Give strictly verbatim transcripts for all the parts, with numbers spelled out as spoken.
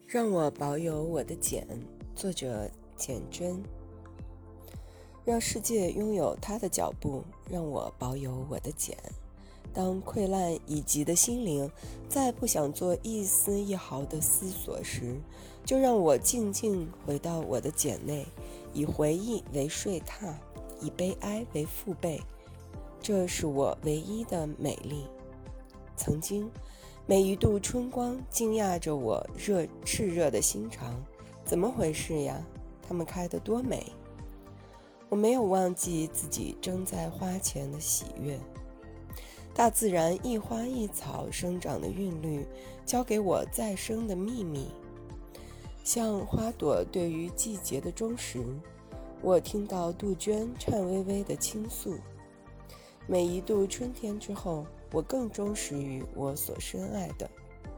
让我保有我的茧，作者简真。让世界拥有它的脚步，让我保有我的茧。当溃烂已极的心灵再不想做一丝一毫的思索时，就让我静静回到我的茧内，以回忆为睡榻，以悲哀为父辈。这是我唯一的美丽。曾经每一度春光惊讶着我热炽热的心肠，怎么回事呀？它们开得多美！我没有忘记自己争在花前的喜悦。大自然一花一草生长的韵律，教给我再生的秘密。像花朵对于季节的忠实，我听到杜鹃颤巍巍的倾诉。每一度春天之后，我更忠实于我所深爱的。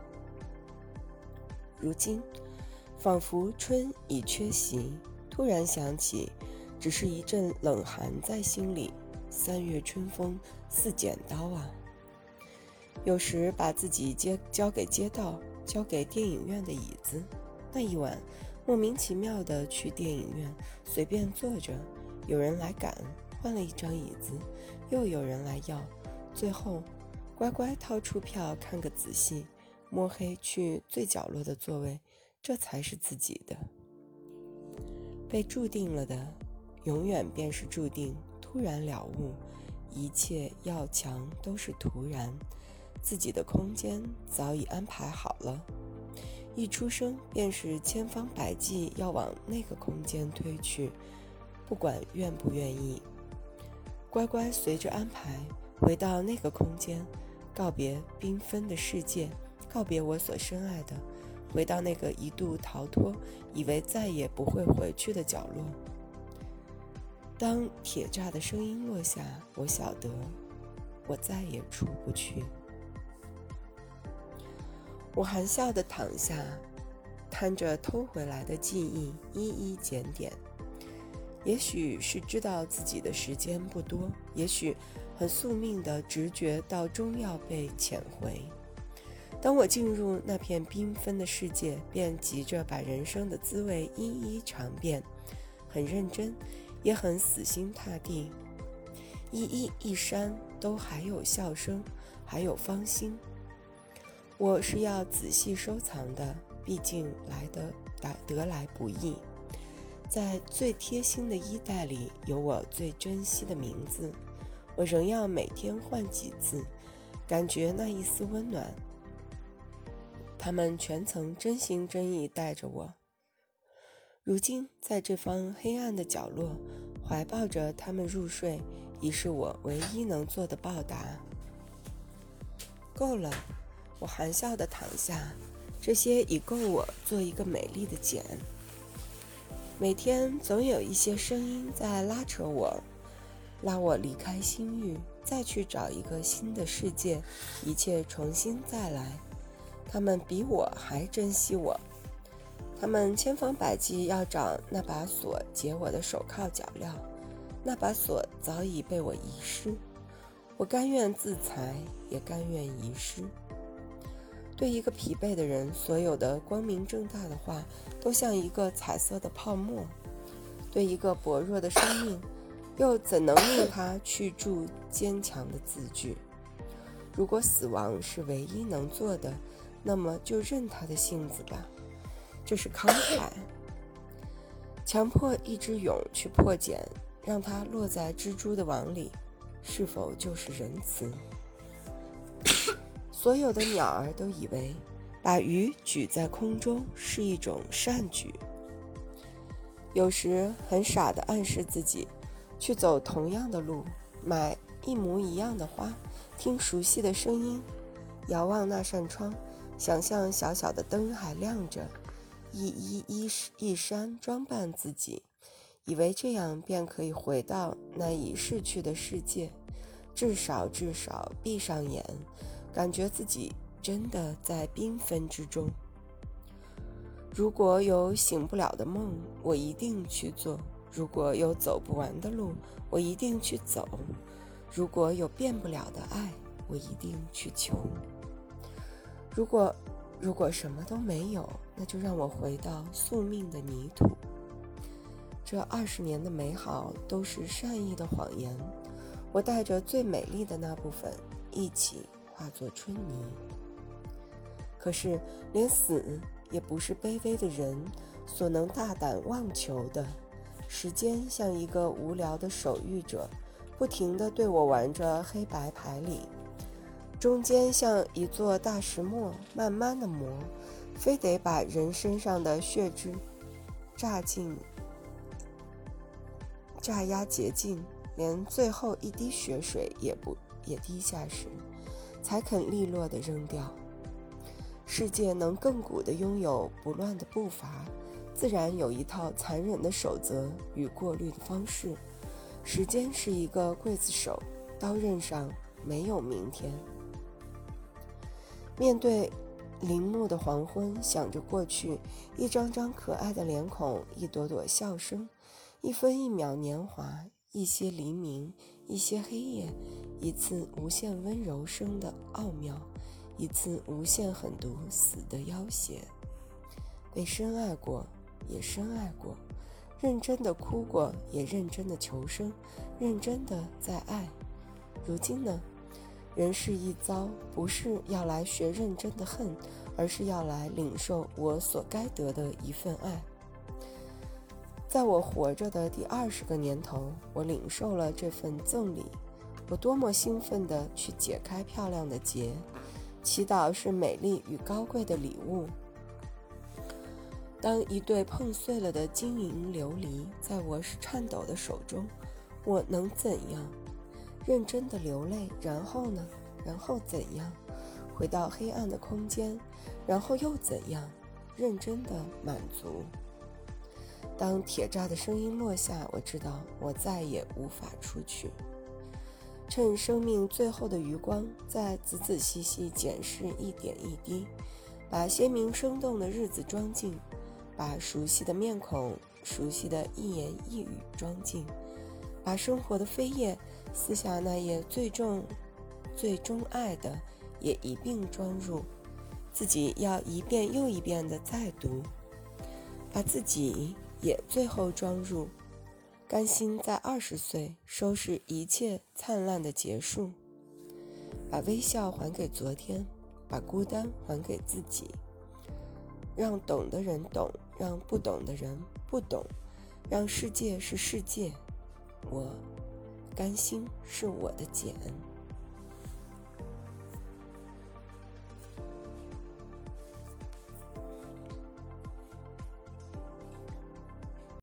如今，仿佛春已缺席，突然想起，只是一阵冷寒在心里。三月春风似剪刀啊！有时把自己接交给街道，交给电影院的椅子。那一晚，莫名其妙地去电影院，随便坐着，有人来赶，换了一张椅子，又有人来要，最后乖乖掏出票看个仔细，摸黑去最角落的座位，这才是自己的。被注定了的，永远便是注定。突然了悟，一切要强都是突然，自己的空间早已安排好了，一出生便是千方百计要往那个空间推去，不管愿不愿意，乖乖随着安排回到那个空间，告别缤纷的世界，告别我所深爱的，回到那个一度逃脱，以为再也不会回去的角落。当铁栅的声音落下，我晓得我再也出不去。我含笑地躺下，摊着偷回来的记忆一一检点。也许是知道自己的时间不多，也许很宿命的直觉到终要被遣回。当我进入那片缤纷的世界，便急着把人生的滋味一一尝遍，很认真，也很死心塌地。一一一山都还有笑声，还有芳心。我是要仔细收藏的，毕竟来得得来不易。在最贴心的衣袋里有我最珍惜的名字，我仍要每天换几次，感觉那一丝温暖。他们全曾真心真意带着我。如今在这方黑暗的角落，怀抱着他们入睡，已是我唯一能做的报答。够了，我含笑地躺下，这些已够我做一个美丽的茧。每天总有一些声音在拉扯我，拉我离开心域，再去找一个新的世界，一切重新再来。他们比我还珍惜我，他们千方百计要找那把锁解我的手铐脚镣，那把锁早已被我遗失，我甘愿自裁，也甘愿遗失。对一个疲惫的人，所有的光明正大的话都像一个彩色的泡沫，对一个薄弱的生命，又怎能令他去铸坚强的字句？如果死亡是唯一能做的，那么就任他的性子吧，这是慷慨。强迫一只蛹去破茧，让它落在蜘蛛的网里，是否就是仁慈？所有的鸟儿都以为把鱼举在空中是一种善举。有时很傻地暗示自己去走同样的路，买一模一样的花，听熟悉的声音，遥望那扇窗，想象小小的灯还亮着，一衣一一衫装扮自己，以为这样便可以回到那已逝去的世界，至少至少闭上眼，感觉自己真的在缤纷之中。如果有醒不了的梦，我一定去做；如果有走不完的路，我一定去走；如果有变不了的爱，我一定去求。如果如果什么都没有，那就让我回到宿命的泥土。这二十年的美好都是善意的谎言，我带着最美丽的那部分一起化作春泥。可是连死也不是卑微的人所能大胆妄求的。时间像一个无聊的手谕者，不停地对我玩着黑白牌理，中间像一座大石磨，慢慢地磨，非得把人身上的血脂榨尽榨压竭尽，连最后一滴血水也不也滴下时，才肯利落地扔掉。世界能亘古地拥有不乱的步伐，自然有一套残忍的守则与过滤的方式。时间是一个刽子手，刀刃上没有明天。面对林木的黄昏，想着过去，一张张可爱的脸孔，一朵朵笑声，一分一秒年华，一些黎明，一些黑夜，一次无限温柔生的奥妙，一次无限狠毒死的要挟。被深爱过，也深爱过，认真的哭过，也认真的求生，认真的在爱。如今呢，人世一遭，不是要来学认真的恨，而是要来领受我所该得的一份爱。在我活着的第二十个年头，我领受了这份赠礼。我多么兴奋地去解开漂亮的结，祈祷是美丽与高贵的礼物。当一对碰碎了的金银琉璃在我颤抖的手中，我能怎样？认真的流泪，然后呢？然后怎样？回到黑暗的空间，然后又怎样？认真的满足。当铁栅的声音落下，我知道我再也无法出去。趁生命最后的余光，再仔仔细细检视一点一滴，把鲜明生动的日子装进，把熟悉的面孔、熟悉的一言一语装进，把生活的扉页撕下那页最重、最钟爱的，也一并装入，自己要一遍又一遍地再读，把自己也最后装入，甘心在二十岁收拾一切灿烂的结束，把微笑还给昨天，把孤单还给自己。让懂的人懂，让不懂的人不懂，让世界是世界，我甘心是我的茧。